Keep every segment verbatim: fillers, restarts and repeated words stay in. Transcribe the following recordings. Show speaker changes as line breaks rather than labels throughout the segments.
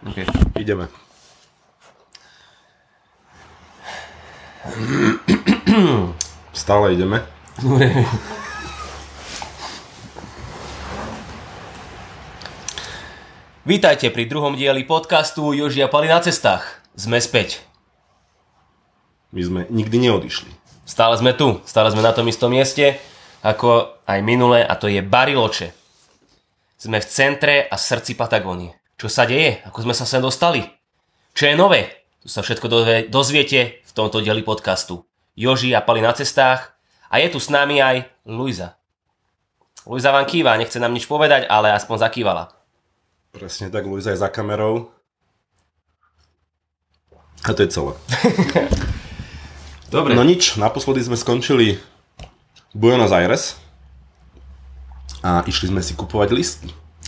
Okay.
Ideme. Stále ideme.
Vítajte pri druhom dieli podcastu Joži a Pali na cestách. Sme späť.
My sme nikdy neodišli.
Stále sme tu, stále sme na tom istom mieste, ako aj minule, a to je Bariloche. Sme v centre a srdci Patagónie. Čo sa deje? Ako sme sa sem dostali? Čo je nové? Tu sa všetko dozviete v tomto dieli podcastu. Joži a Pali na cestách. A je tu s nami aj Luisa. Luisa vám kýva, nechce nám nič povedať, ale aspoň zakývala.
Presne tak, Luisa je za kamerou. A to je celé.
Dobre.
No nič, naposledy sme skončili Buenos Aires a išli sme si kupovať listy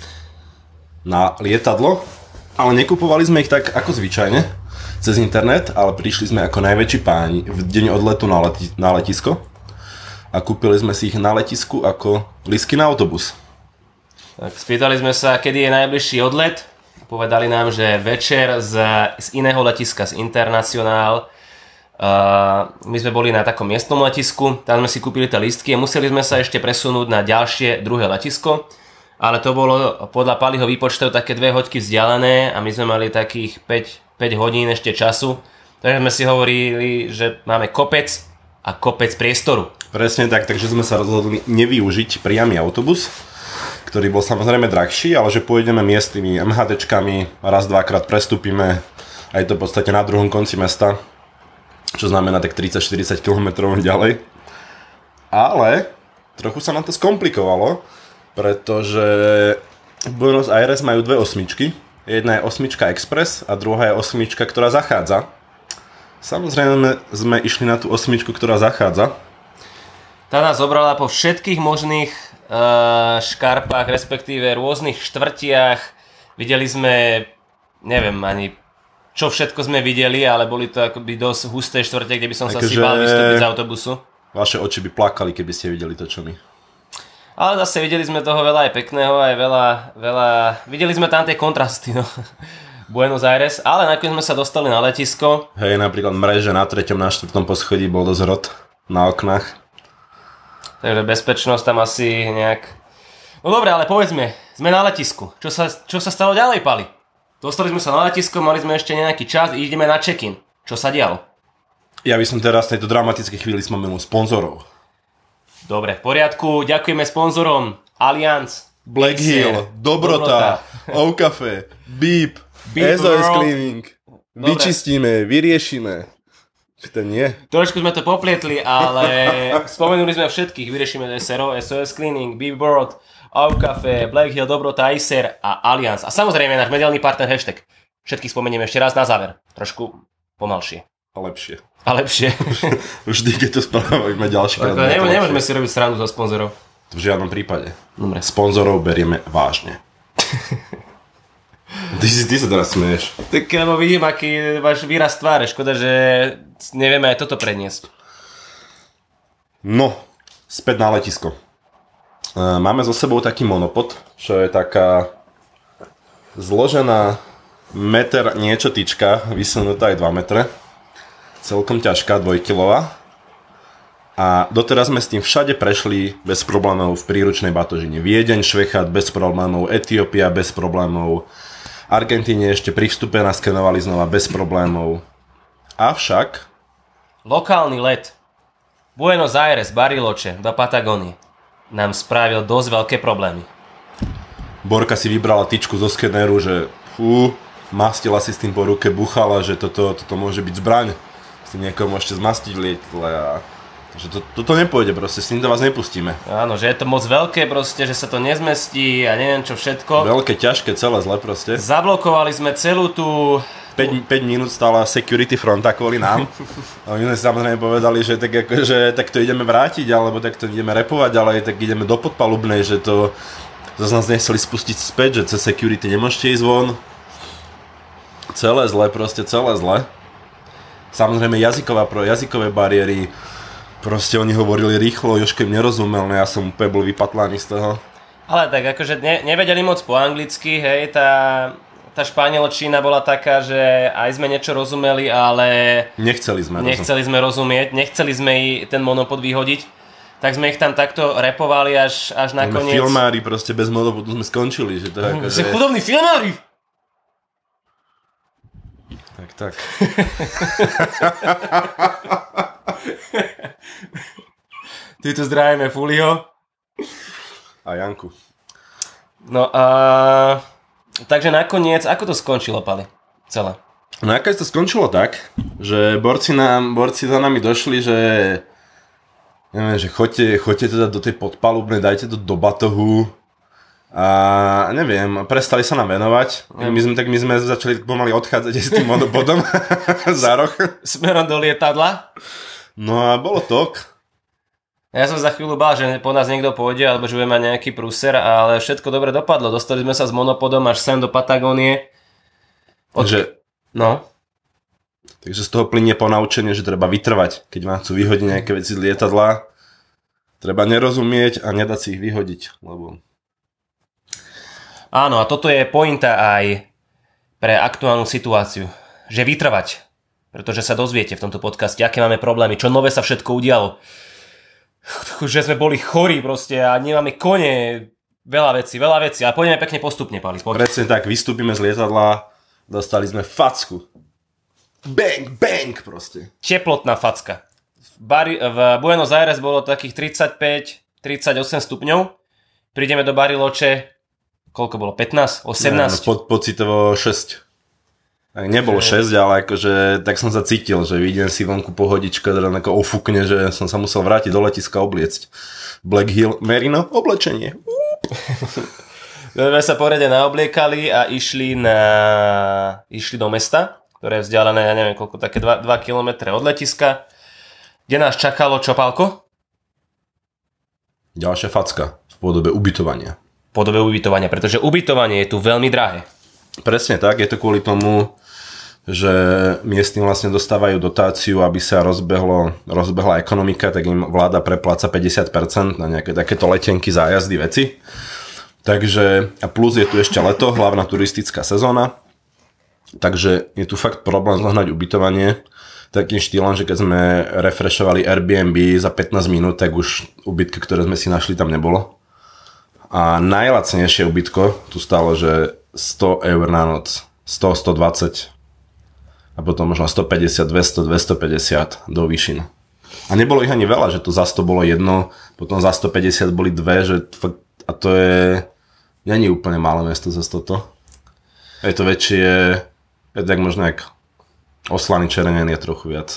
na lietadlo, ale nekupovali sme ich tak ako zvyčajne cez internet, ale prišli sme ako najväčší páni v deň odletu na, leti- na letisko a kúpili sme si ich na letisku ako lístky na autobus.
Tak spýtali sme sa, kedy je najbližší odlet. Povedali nám, že večer z, z iného letiska, z Internacional. Uh, my sme boli na takom miestnom letisku, tam sme si kúpili tie lístky a museli sme sa ešte presunúť na ďalšie druhé letisko. Ale to bolo podľa Paliho výpočtov také dve hoďky vzdialené a my sme mali takých päť, päť hodín ešte času. Takže sme si hovorili, že máme kopec a kopec priestoru.
Presne tak, takže sme sa rozhodli nevyužiť priamy autobus, ktorý bol samozrejme drahší, ale že pôjdeme miestnymi MHDčkami, raz, dvakrát prestúpime a je to v podstate na druhom konci mesta, čo znamená tak tridsať štyridsať kilometrov ďalej. Ale trochu sa nám to skomplikovalo, pretože v Buenos Aires majú dve osmičky. Jedna je osmička Express a druhá je osmička, ktorá zachádza. Samozrejme sme išli na tú osmičku, ktorá zachádza.
Tá nás zobrala po všetkých možných uh, škarpách, respektíve rôznych štvrtiach. Videli sme, neviem ani čo všetko sme videli, ale boli to akoby dosť husté štvrte, kde by som sa
Takže
si bál vystúpiť z autobusu.
Vaše oči by plakali, keby ste videli to, čo my.
Ale zase videli sme toho veľa aj pekného, aj veľa, veľa... Videli sme tam tie kontrasty, no. Buenos Aires, ale nakoniec sme sa dostali na letisko.
Hej, napríklad mreže na treťom, na štvrtom poschodí bol dosť rod na oknách.
Takže bezpečnosť tam asi nejak... No dobre, ale povedzme, sme na letisku. Čo sa, čo sa stalo ďalej, Pali? Dostali sme sa na letisko, mali sme ešte nejaký čas, ideme na check-in. Čo sa dialo?
Ja by som teraz v tejto dramatickej chvíli spomenul sponzorov.
Dobre, v poriadku, ďakujeme sponzorom Allianz,
Black Hill, Dobrota, O-Cafe, Beep, es ó es Cleaning.
Dobre.
Vyčistíme, vyriešime. Či to nie?
Trošku sme to poplietli, ale spomenuli sme všetkých. Vyriešime es ó es Cleaning, Beep World, O-Cafe, Black Hill, Dobrota, Acer a Allianz. A samozrejme náš mediálny partner hashtag. Všetkých spomenieme ešte raz na záver. Trošku pomalšie.
A lepšie.
A lepšie.
Vždy, keď to spravíme ďalší krát.
Ne, nemôžeme si robiť srandu zo sponzorov.
V žiadnom prípade.
Dobre.
Sponzorov berieme vážne. Ty, si, ty sa teraz smeješ.
Tak lebo vidím, aký váš výraz tváre. Škoda, že nevieme aj toto predniesť.
No, späť na letisko. Máme so sebou taký monopod, čo je taká zložená meter niečo tyčka, vysunutá aj dva metre. Celkom ťažká, dvojkilová. A doteraz sme s tým všade prešli bez problémov v príručnej batožine. Viedeň, Švechat bez problémov, Etiópia bez problémov, Argentíne ešte pri vstupe naskenovali znova bez problémov. Avšak...
Lokálny let Buenos Aires, Bariloche do Patagónie nám spravil dosť veľké problémy.
Borka si vybrala tyčku zo skeneru, že fú, mastila si s tým po ruke, buchala, že toto, toto môže byť zbraň. Si niekoho môžete zmastiť v lietadle a že to, toto nepôjde proste, s týmto vás nepustíme.
Áno, že je to moc veľké proste, že sa to nezmestí a neviem čo všetko.
Veľké, ťažké, celé zle proste.
Zablokovali sme celú tú...
päť minút stála security fronta kvôli nám. A my sme si samozrejme povedali, že tak, ako, že tak to ideme vrátiť, alebo tak to ideme repovať, ale tak ideme do podpalubnej, že to zase nás nechceli spustiť späť, že cez security nemôžete ísť von. Celé zle, proste celé zle. Samozrejme jazyková, pro jazykové bariéry, proste oni hovorili rýchlo, Jožko im nerozumel, no ja som úplne bol vypatlaný z toho.
Ale tak akože ne, nevedeli moc po anglicky, hej, tá, tá španielčina bola taká, že aj sme niečo rozumeli, ale
nechceli sme,
nechceli sme rozumieť, nechceli sme jej ten monopod vyhodiť, tak sme ich tam takto repovali až, až nakoniec.
Filmári proste bez monopodu sme skončili. Že to je ako,
že... chudobní filmári!
Tak, tak.
Ty tu zdravíme Fuliho.
A Janku.
No a... Takže nakoniec, ako to skončilo, Pali? Celé.
Nakoniec to skončilo tak, že borci, nám, borci za nami došli, že neviem, že choďte, choďte teda do tej podpalubnej, dajte to do batohu a neviem, prestali sa nám venovať. My sme, tak my sme začali pomaly odchádzať s tým monopodom za roh.
Smerom do lietadla.
No a bolo tok.
Ja som za chvíľu bál, že po nás niekto pôjde, alebo že budeme mať nejaký prúser, ale všetko dobre dopadlo. Dostali sme sa s monopodom až sem do Patagónie. Od...
Takže,
no.
Takže z toho plynie ponaučenie, že treba vytrvať. Keď vám chcú vyhodiť nejaké veci z lietadla, treba nerozumieť a nedať si ich vyhodiť. Lebo...
Áno, a toto je pointa aj pre aktuálnu situáciu. Že vytrvať. Pretože sa dozviete v tomto podcaste, aké máme problémy, čo nové sa všetko udialo. Že sme boli chorí proste a nemáme kone, veľa vecí, veľa vecí, ale poďme pekne postupne, Pali.
Presne tak, vystúpime z lietadla, dostali sme facku. Bang, bang proste.
Teplotná facka. V, Bari- v Buenos Aires bolo takých tridsaťpäť tridsaťosem stupňov, prídeme do Bariloche, koľko bolo, pätnásť, osemnásť?
Ne, no, po, pocitovo šesť. Nebolo šesť, ale akože tak som sa cítil, že vidím si vonku pohodička, teda ako ofúkne, že som sa musel vrátiť do letiska obliecť. Black Hill Merino oblečenie.
My sa poriadne naobliekali a išli, na... išli do mesta, ktoré je vzdialené, ja neviem koľko, také dva kilometre od letiska, kde nás čakalo čo, Pálko?
Ďalšia facka v podobe ubytovania.
V podobe ubytovania, pretože ubytovanie je tu veľmi drahé.
Presne tak, je to kvôli tomu, že miestni vlastne dostávajú dotáciu, aby sa rozbehlo, rozbehla ekonomika, tak im vláda prepláca päťdesiat percent na nejaké takéto letenky, zájazdy, veci. Takže, a plus je tu ešte leto, hlavná turistická sezóna, takže je tu fakt problém zohnať ubytovanie takým štýlom, že keď sme refreshovali Airbnb za pätnásť minút, tak už ubytky, ktoré sme si našli, tam nebolo. A najlacnejšie ubytko tu stálo, že sto eur na noc, sto, stodvadsať a potom možno stopäťdesiat, dvesto, dvestopäťdesiat do výšin. A nebolo ich ani veľa, že to za sto bolo jedno, potom za stopäťdesiat boli dve, že fakt, a to je není úplne malé mesto za toto. Je to väčšie, je to tak možno jak Oslaný Čerenen je trochu viac.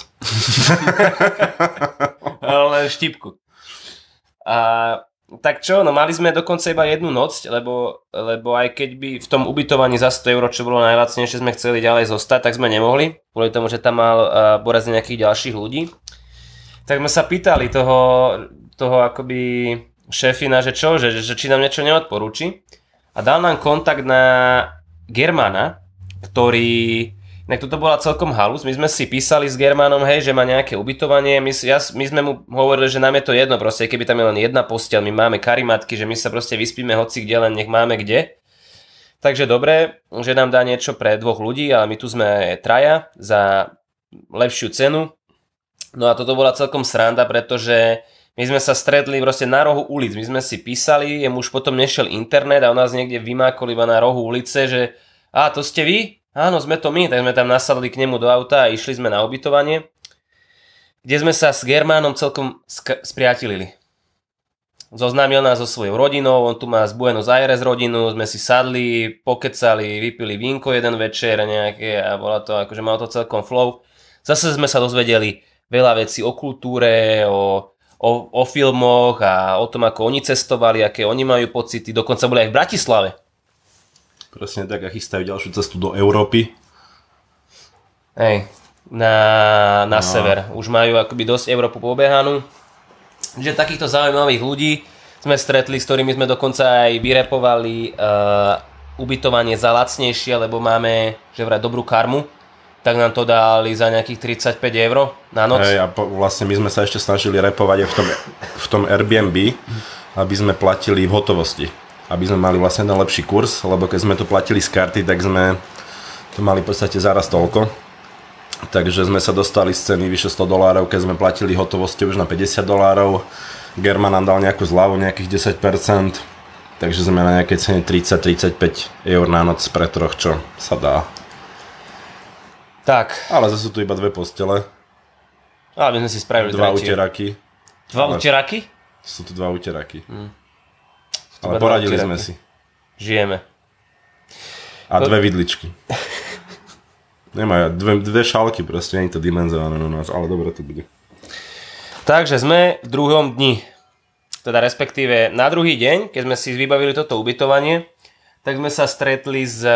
Ale len štipku. A tak čo, no mali sme dokonca iba jednu noc, lebo, lebo aj keď by v tom ubytovaní za sto eur, čo bolo najlacnejšie, sme chceli ďalej zostať, tak sme nemohli, kvôli tomu, že tam mal uh, Boraz nejakých ďalších ľudí. Tak sme sa pýtali toho, toho akoby šéfina, že čo, že, že či nám niečo neodporúči. A dal nám kontakt na Germana, ktorý... Inak toto bola celkom halus, my sme si písali s Germanom, hej, že má nejaké ubytovanie, my, ja, my sme mu hovorili, že nám je to jedno, proste, keby tam je len jedna posteľ, my máme karimatky, že my sa proste vyspíme hoci kde, len nech máme kde. Takže dobre, že nám dá niečo pre dvoch ľudí, ale my tu sme traja za lepšiu cenu. No a toto bola celkom sranda, pretože my sme sa stretli proste na rohu ulic, my sme si písali, jemu už potom nešiel internet a on nás niekde vymákol iba na rohu ulice, že a to ste vy? Áno, sme to my, tak sme tam nasadli k nemu do auta a išli sme na ubytovanie, kde sme sa s Germánom celkom sk- spriatilili. Zoznámil nás so svojou rodinou, on tu má z Buenos Aires rodinu, sme si sadli, pokecali, vypili vínko jeden večer nejaké a bola to, akože mal to celkom flow. Zase sme sa dozvedeli veľa vecí o kultúre, o, o, o filmoch a o tom, ako oni cestovali, aké oni majú pocity, dokonca boli aj v Bratislave.
Presne tak a chystajú ďalšiu cestu do Európy.
Hej, na, na no. sever. Už majú akoby dosť Európu pobehanú. Že takýchto zaujímavých ľudí sme stretli, s ktorými sme dokonca aj vyrepovali uh, ubytovanie za lacnejšie, lebo máme, že vraj dobrú karmu. Tak nám to dali za nejakých tridsaťpäť eur na noc.
Hej, a po, vlastne my sme sa ešte snažili repovať aj v tom, v tom Airbnb, aby sme platili v hotovosti. aby sme mali vlastne ten lepší kurz, lebo keď sme to platili z karty, tak sme to mali v podstate zaraz toľko. Takže sme sa dostali z ceny vyše sto dolárov, keď sme platili hotovosti už na päťdesiat dolárov. German nám dal nejakú zľavu, nejakých desať percent, takže sme na nejakej cene tridsať tridsaťpäť eur na noc pre troch, čo sa dá.
Tak.
Ale zase sú tu iba dve postele.
Ale my sme si spravili
dva
tretie.
uteraky.
Dva uteraky?
Sú tu dva uteraky.
Hmm.
Ale poradili sme si.
Žijeme.
A dve vidličky. Nemajú, dve, dve šálky proste, nie je to dimenzované na nás, ale dobre to bude.
Takže sme v druhom dni, teda respektíve na druhý deň, keď sme si vybavili toto ubytovanie, tak sme sa stretli s...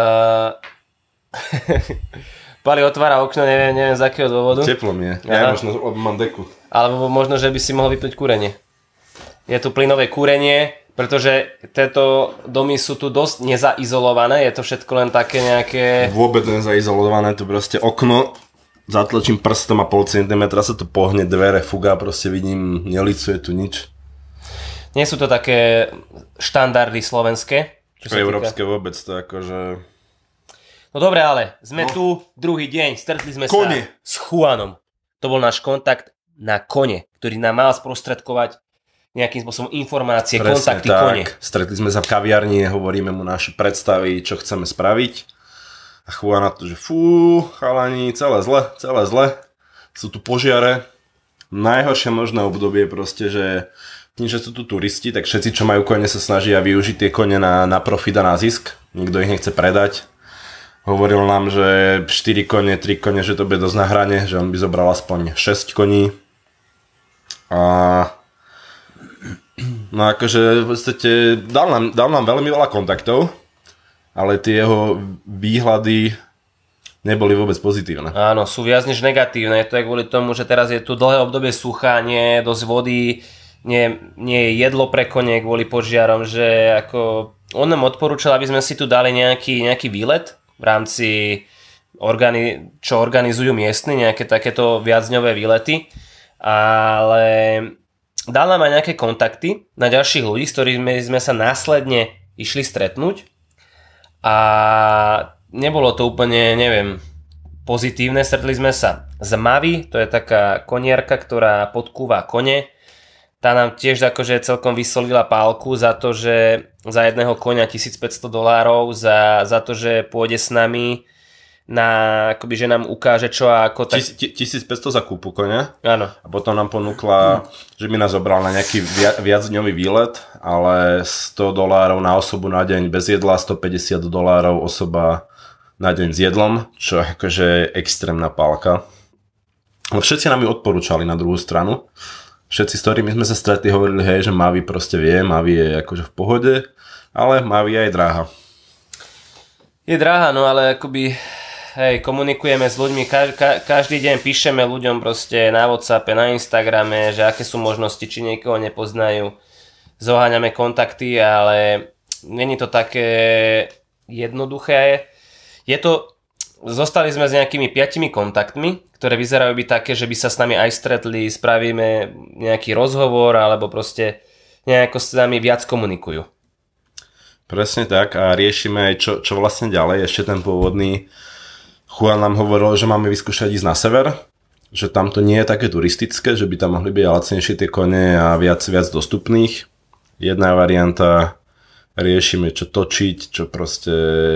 Pali otvára okno, neviem, neviem z akého dôvodu.
Teplo mi je, ja možno mám deku.
Alebo možno, že by si mohol vypnúť kúrenie. Je tu plynové kúrenie, pretože tieto domy sú tu dosť nezaizolované, je to všetko len také nejaké...
Vôbec nezaizolované, tu proste okno, zatlačím prstom a pol centimetra sa to pohne, dvere fúga, proste vidím, nelicuje tu nič.
Nie sú to také štandardy slovenské.
Európske týka... vôbec to akože...
No dobre, ale sme no. tu druhý deň, stretli sme
kone.
sa s Juanom. To bol náš kontakt na kone, ktorý nám mal sprostredkovať nejakým spôsobom informácie, presne kontakty tak. Kone.
Stretli sme sa v kaviarni, hovoríme mu naše predstavy, čo chceme spraviť. A Juan na to, že fú, chalani, celé zle, celé zle. Sú tu požiare. Najhoršie možné obdobie proste, že tým, že sú tu turisti, tak všetci, čo majú kone, sa snažia využiť tie kone na, na profit a na zisk. Nikto ich nechce predať. Hovoril nám, že štyri kone, tri kone, že to bude dosť na hrane, že on by zobral aspoň šesť koní. A no akože v podstate dal nám, dal nám veľmi veľa kontaktov, ale tie jeho výhľady neboli vôbec pozitívne.
Áno, sú viac než negatívne. Je to aj kvôli tomu, že teraz je tu dlhé obdobie sucha, nie je dosť vody, nie, nie je jedlo pre kone kvôli požiarom, že ako on nám odporúčal, aby sme si tu dali nejaký, nejaký výlet v rámci organi- čo organizujú miestni, nejaké takéto viacdňové výlety, ale dal nám aj nejaké kontakty na ďalších ľudí, s ktorými sme sa následne išli stretnúť a nebolo to úplne, neviem, pozitívne. Stretli sme sa s Mavi, to je taká konierka, ktorá podkúva kone. Tá nám tiež akože celkom vysolila pálku za to, že za jedného koňa tisícpäťsto dolárov, za, za to, že pôjde s nami na, akoby, že nám ukáže čo a ako tak...
tisícpäťsto za kúpu koňa.
Áno. A
potom nám ponúkla, že by nás zobral na nejaký viacdňový výlet, ale sto dolárov na osobu na deň bez jedla, stopäťdesiat dolárov osoba na deň s jedlom, čo akože je extrémna pálka. No všetci nám ju odporúčali na druhú stranu. Všetci, s ktorými sme sa stretli, hovorili, hej, že Mavi proste vie, Mavi je akože v pohode, ale Mavi je aj dráha.
Je dráha, no ale akoby, hej, komunikujeme s ľuďmi, ka- ka- každý deň píšeme ľuďom proste na WhatsAppe, na Instagrame, že aké sú možnosti, či niekoho nepoznajú, zoháňame kontakty, ale není to také jednoduché. Je to, zostali sme s nejakými piatimi kontaktmi, ktoré vyzerajú byť také, že by sa s nami aj stretli, spravíme nejaký rozhovor, alebo proste nejako s nami viac komunikujú.
Presne tak a riešime aj čo, čo vlastne ďalej. Ešte ten pôvodný Juan nám hovoril, že máme vyskúšať ísť na sever, že tam to nie je také turistické, že by tam mohli byť lacnejšie tie kone a viac, viac dostupných. Jedna varianta, riešime čo točiť, čo proste...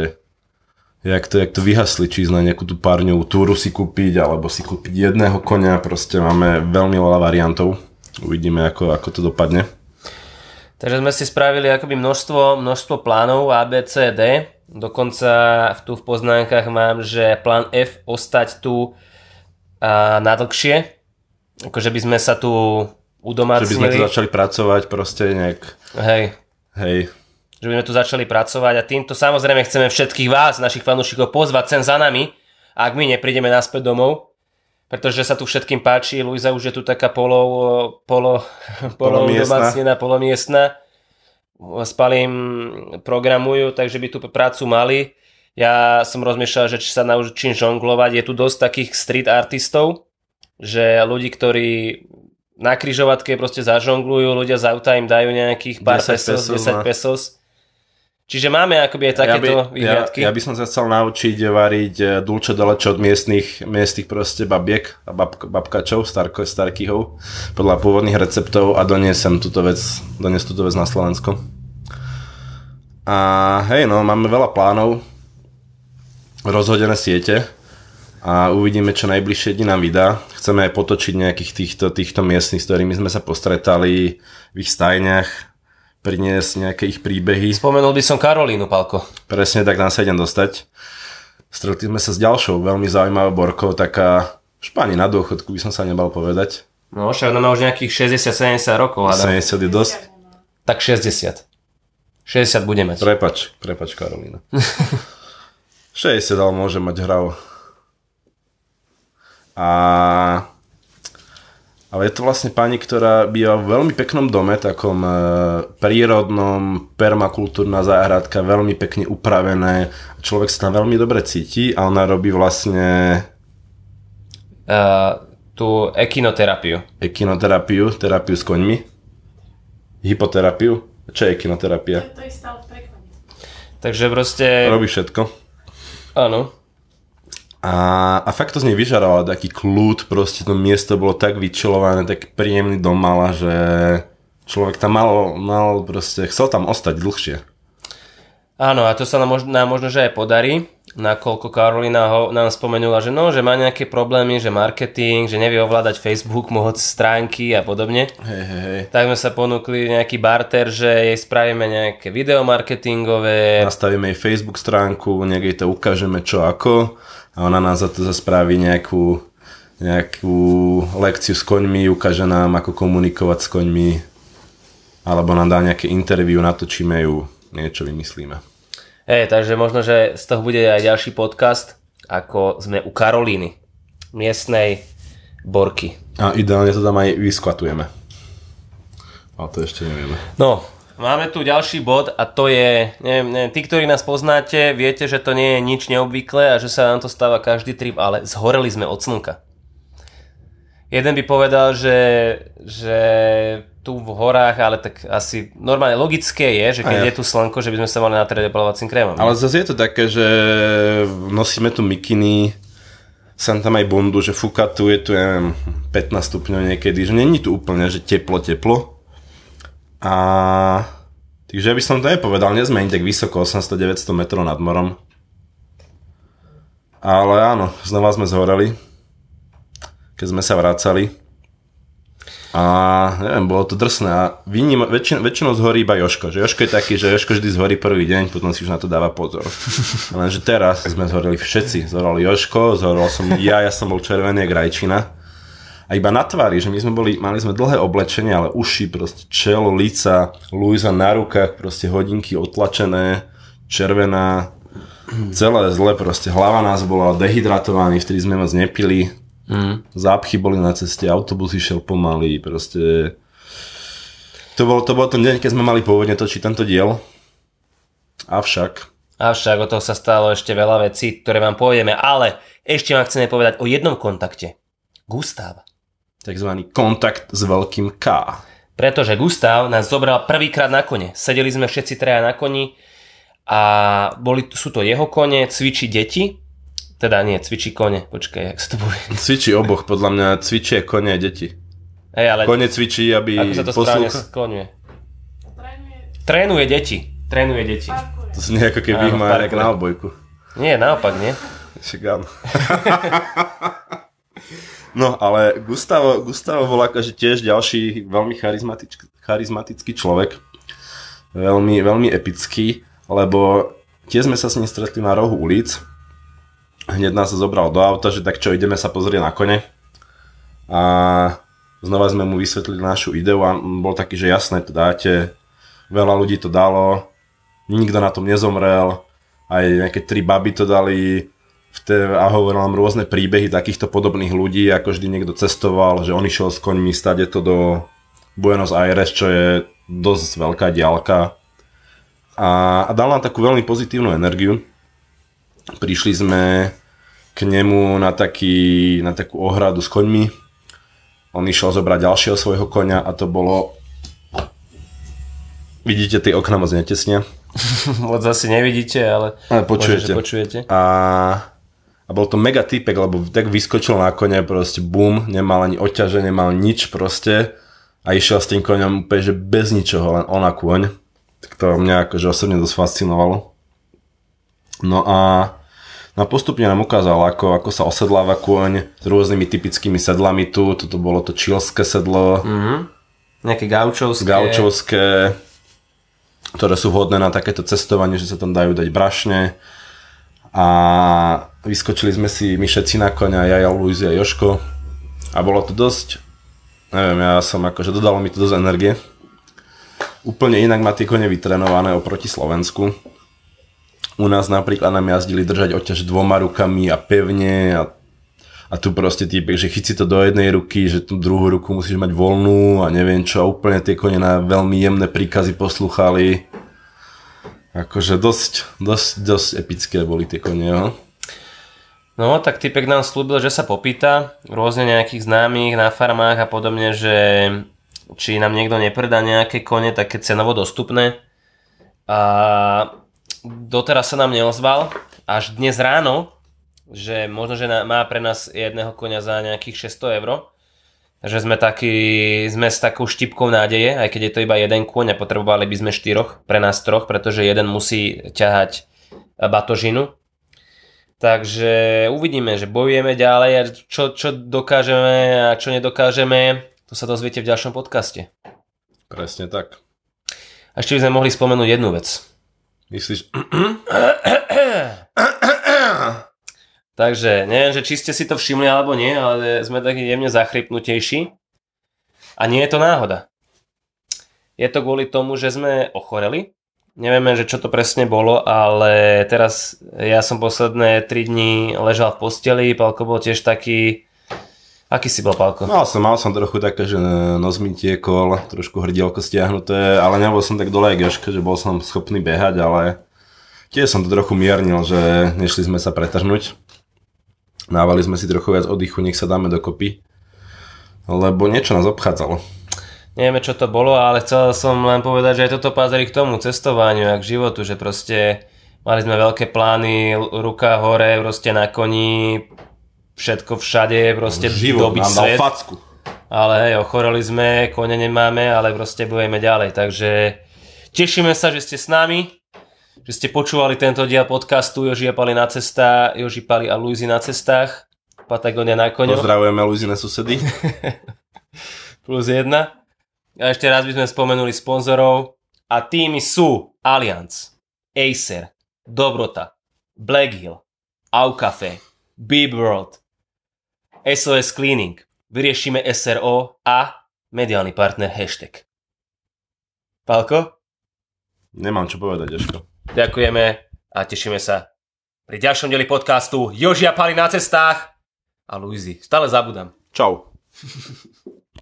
Jak to, jak to vyhasli, či ísť na nejakú tú párňovú túru si kúpiť, alebo si kúpiť jedného konia, proste máme veľmi veľa variantov. Uvidíme, ako, ako to dopadne.
Takže sme si spravili akoby množstvo, množstvo plánov A, B, C, D. Dokonca tu v poznámkach mám, že plán F ostať tu a, na dlhšie. Akože by sme sa tu udomácnili.
Že by sme tu začali pracovať proste nejak...
Hej.
Hej.
Že by sme tu začali pracovať a týmto samozrejme chceme všetkých vás, našich fanúšikov, pozvať sem za nami, ak my neprídeme naspäť domov, pretože sa tu všetkým páči. Luisa už je tu taká polo, polo, polo domácnená, polomiestna. S Palim programujú, takže by tu prácu mali. Ja som rozmýšľal, že či sa naučím žonglovať. Je tu dosť takých street artistov, že ľudí, ktorí na križovatke proste zažonglujú, ľudia z auta im dajú nejakých pár pesos, desať pesos. Čiže máme akoby aj takéto
ja by,
vyhliadky.
Ja, ja by som sa chcel naučiť variť dulce de leche od miestnych, miestnych proste babiek a bab, babkačov, starko, starkyhov, podľa pôvodných receptov a doniesem túto vec, doniesem túto vec na Slovensko. A hej, no, máme veľa plánov, rozhodené siete a uvidíme, čo najbližšie dni nám vydá. Chceme aj potočiť nejakých týchto, týchto miestnych, s ktorými sme sa postretali v ich stajniach, priniesť nejaké ich príbehy.
Spomenul by som Karolínu, Palko.
Presne, tak nám sa idem dostať. Stretli sme sa s ďalšou veľmi zaujímavou borkou, taká špani na dôchodku by som sa nebal povedať.
No však ona má už nejakých šesťdesiat sedemdesiat rokov. Hádam.
sedemdesiat je dosť.
Tak šesťdesiat. šesťdesiat bude mať.
Prepač, prepač Karolína. šesťdesiat, ale môže mať hrav. A... Ale je to vlastne pani, ktorá býva v veľmi peknom dome, takom e, prírodnom, permakultúrna záhradka, veľmi pekne upravené. Človek sa tam veľmi dobre cíti a ona robí vlastne...
Uh, tú ekinoterapiu.
Ekinoterapiu, terapiu s koňmi. Hypoterapiu. Čo je ekinoterapia?
To je stále v preklade.
Takže proste...
Robí všetko.
Áno.
A, a fakt to z nej vyžaroval taký kľud, proste to miesto bolo tak vyčilované, tak príjemný dom mala, že človek tam mal, mal proste, chcel tam ostať dlhšie.
Áno, a to sa nám možno, nám možno že aj podarí, nakoľko Karolina ho, nám spomenula, že no, že má nejaké problémy, že marketing, že nevie ovládať Facebook, moc stránky a podobne.
Hej, hej, hej.
Tak sme sa ponúkli nejaký barter, že jej spravíme nejaké videomarketingové.
Nastavíme jej Facebook stránku, nejak jej to ukážeme čo ako. A ona nám za to zaspraví nejakú, nejakú lekciu s koňmi, ukáže nám, ako komunikovať s koňmi, alebo nám dá nejaké interview, natočíme ju, niečo vymyslíme.
Hej, takže možno, že z toho bude aj ďalší podcast, ako sme u Karolíny, miestnej borky.
A ideálne to tam aj vyskvatujeme. Ale to ešte nevieme.
No, máme tu ďalší bod a to je, neviem, neviem, tí, ktorí nás poznáte, viete, že to nie je nič neobvyklé a že sa nám to stáva každý trip, ale zhoreli sme od slnka. Jeden by povedal, že, že tu v horách, ale tak asi normálne logické je, že keď ja. je tu slnko, že by sme sa mali natrieť opalovacím krémom.
Ale zase je to také, že nosíme tu mikiny, sem tam aj bundu, že fúka tu, je tu, ja neviem, pätnásť stupňov niekedy, že není tu úplne, že teplo, teplo. A takže ja by som to nepovedal, nezmení tak vysoko, osemsto deväťsto metrov nad morom. Ale áno, znova sme zhoreli, keď sme sa vracali. A neviem, bolo to drsné. A vyním, väčšin, väčšinou zhorí iba Jožko. Že Jožko je taký, že Jožko vždy zhorí prvý deň, potom si už na to dáva pozor. Lenže teraz sme zhoreli všetci. Zhorel Jožko, zhorel som ja, ja som bol červený jak rajčina. A iba na tvári, že my sme boli, mali sme dlhé oblečenie, ale uši, proste čelo, lica, Luisa na rukách, proste hodinky otlačené, červená, celé zle, proste hlava nás bola dehydratovaný, vtedy sme moc nepili, mm. zápchy boli na ceste, autobus išiel pomaly, proste... To bol, to bol ten deň, keď sme mali pôvodne točiť tento diel, avšak...
Avšak od toho sa stalo ešte veľa vecí, ktoré vám povieme, ale ešte vám chceme povedať o jednom kontakte. Gustav.
Takzvaný kontakt s veľkým K.
Pretože Gustav nás zobral prvýkrát na kone. Sedeli sme všetci traja na koni a boli, sú to jeho kone, cvičí deti. Teda nie, cvičí kone, počkaj, jak sa to povie.
Cvičí oboch, podľa mňa cvičí kone a deti.
Hey, ale
kone cvičí, aby
ako sa to správne skloňuje?
Trénuje.
Trénuje deti. Trénuje deti.
Parkuje.
To znie ako keby ich mal na obojku.
Nie, naopak, nie?
Však áno. No, ale Gustavo, Gustavo bol akože tiež ďalší veľmi charizmatický, charizmatický človek. Veľmi, veľmi epický, lebo tiež sme sa s ním stretli na rohu ulic. Hneď nás zobral do auta, že tak čo, ideme sa pozrieť na kone. A znova sme mu vysvetlili našu ideu a bol taký, že jasné, to dáte. Veľa ľudí to dalo, nikto na tom nezomrel. Aj nejaké tri baby to dali. A hovoril nám rôzne príbehy takýchto podobných ľudí, ako vždy niekto cestoval, že on išiel s koňmi stade to do Buenos Aires, čo je dosť veľká diaľka. A, a dal nám takú veľmi pozitívnu energiu. Prišli sme k nemu na, taký, na takú ohradu s koňmi. On išiel zobrať ďalšieho svojho koňa a to bolo... Vidíte, tie okna moc netesnia.
Moc zase nevidíte, ale,
ale počujete.
Môže, počujete.
A, a bol to mega typek, lebo tak vyskočil na kone, proste bum, nemal ani oťaže, nemal nič proste a išiel s tým koňom úplne, že bez ničoho, len on a kôň. Tak to mňa akože osobne dosť fascinovalo. No a no postupne nám ukázal, ako, ako sa osedláva kôň s rôznymi typickými sedlami tu. Toto bolo to čilské sedlo.
Mm-hmm. Nejaké gaučovské.
Gaučovské, ktoré sú vhodné na takéto cestovanie, že sa tam dajú dať brašne. A vyskočili sme si my všetci na koňa, ja, ja, Luizi a Jožko. A bolo to dosť, neviem, ja som akože, dodalo mi to dosť energie. Úplne inak má tie kone vytrenované oproti Slovensku. U nás napríklad nám jazdili držať oťaž dvoma rukami a pevne a, a tu proste týpek, že chyť si to do jednej ruky, že tú druhú ruku musíš mať voľnú a neviem čo, a úplne tie kone na veľmi jemné príkazy poslúchali. Akože dosť, dosť, dosť epické boli tie kone, jo.
No, tak týpek nám slúbil, že sa popýta rôzne nejakých známych na farmách a podobne, že či nám niekto nepredá nejaké kone také cenovo dostupné. A doteraz sa nám neozval, až dnes ráno, že možno, že má pre nás jedného koňa za nejakých šesťsto eur. Že sme, taký, sme s takou štipkou nádeje, aj keď je to iba jeden kôň a potrebovali by sme štyroch, pre nás troch, pretože jeden musí ťahať batožinu. Takže uvidíme, že bojujeme ďalej a čo, čo dokážeme a čo nedokážeme, to sa dozviete v ďalšom podcaste.
Presne tak.
A ešte by sme mohli spomenúť jednu vec.
Myslíš?
Takže, neviem, že či ste si to všimli alebo nie, ale sme takí jemne zachrypnutejší. A nie je to náhoda. Je to kvôli tomu, že sme ochoreli. Nevieme, že čo to presne bolo, ale teraz ja som posledné tri dni ležal v posteli, Pálko bol tiež taký... Aký si bol, Pálko?
Mal som, mal som trochu také, že nos mi tiekol, trošku hrdielko stiahnuté, ale nebol som tak dole jak Jožko, že bol som schopný behať, ale tiež som to trochu miernil, že nešli sme sa pretrhnúť. Dávali sme si trochu viac oddychu, nech sa dáme dokopy, lebo niečo nás obchádzalo.
Nevieme, čo to bolo, ale chcel som len povedať, že aj toto patrí k tomu cestovaniu a k životu, že proste mali sme veľké plány, ruka hore, proste na koni, všetko všade, proste
život
dobiť
nám dal
svet.
facku.
Ale hej, ochoreli sme, kone nemáme, ale proste budeme ďalej. Takže tešíme sa, že ste s nami, že ste počúvali tento diel podcastu Joži a Pali na cestách, Joži, Pali a Luizi na cestách, Patagonia na koňoch.
Pozdravujeme Luizine susedy.
Plus jedna. A ešte raz by sme spomenuli sponzorov. A tými sú Allianz, Acer, Dobrota, Black Hill, Aucafé, Beep World, es ó es Cleaning, Vyriešime es er ó a mediálny partner Hashtag. Pálko?
Nemám čo povedať, Jožko.
Ďakujeme a tešíme sa pri ďalšom dieli podcastu Joži a Pali na cestách a Luizi. Stále zabudám.
Čau.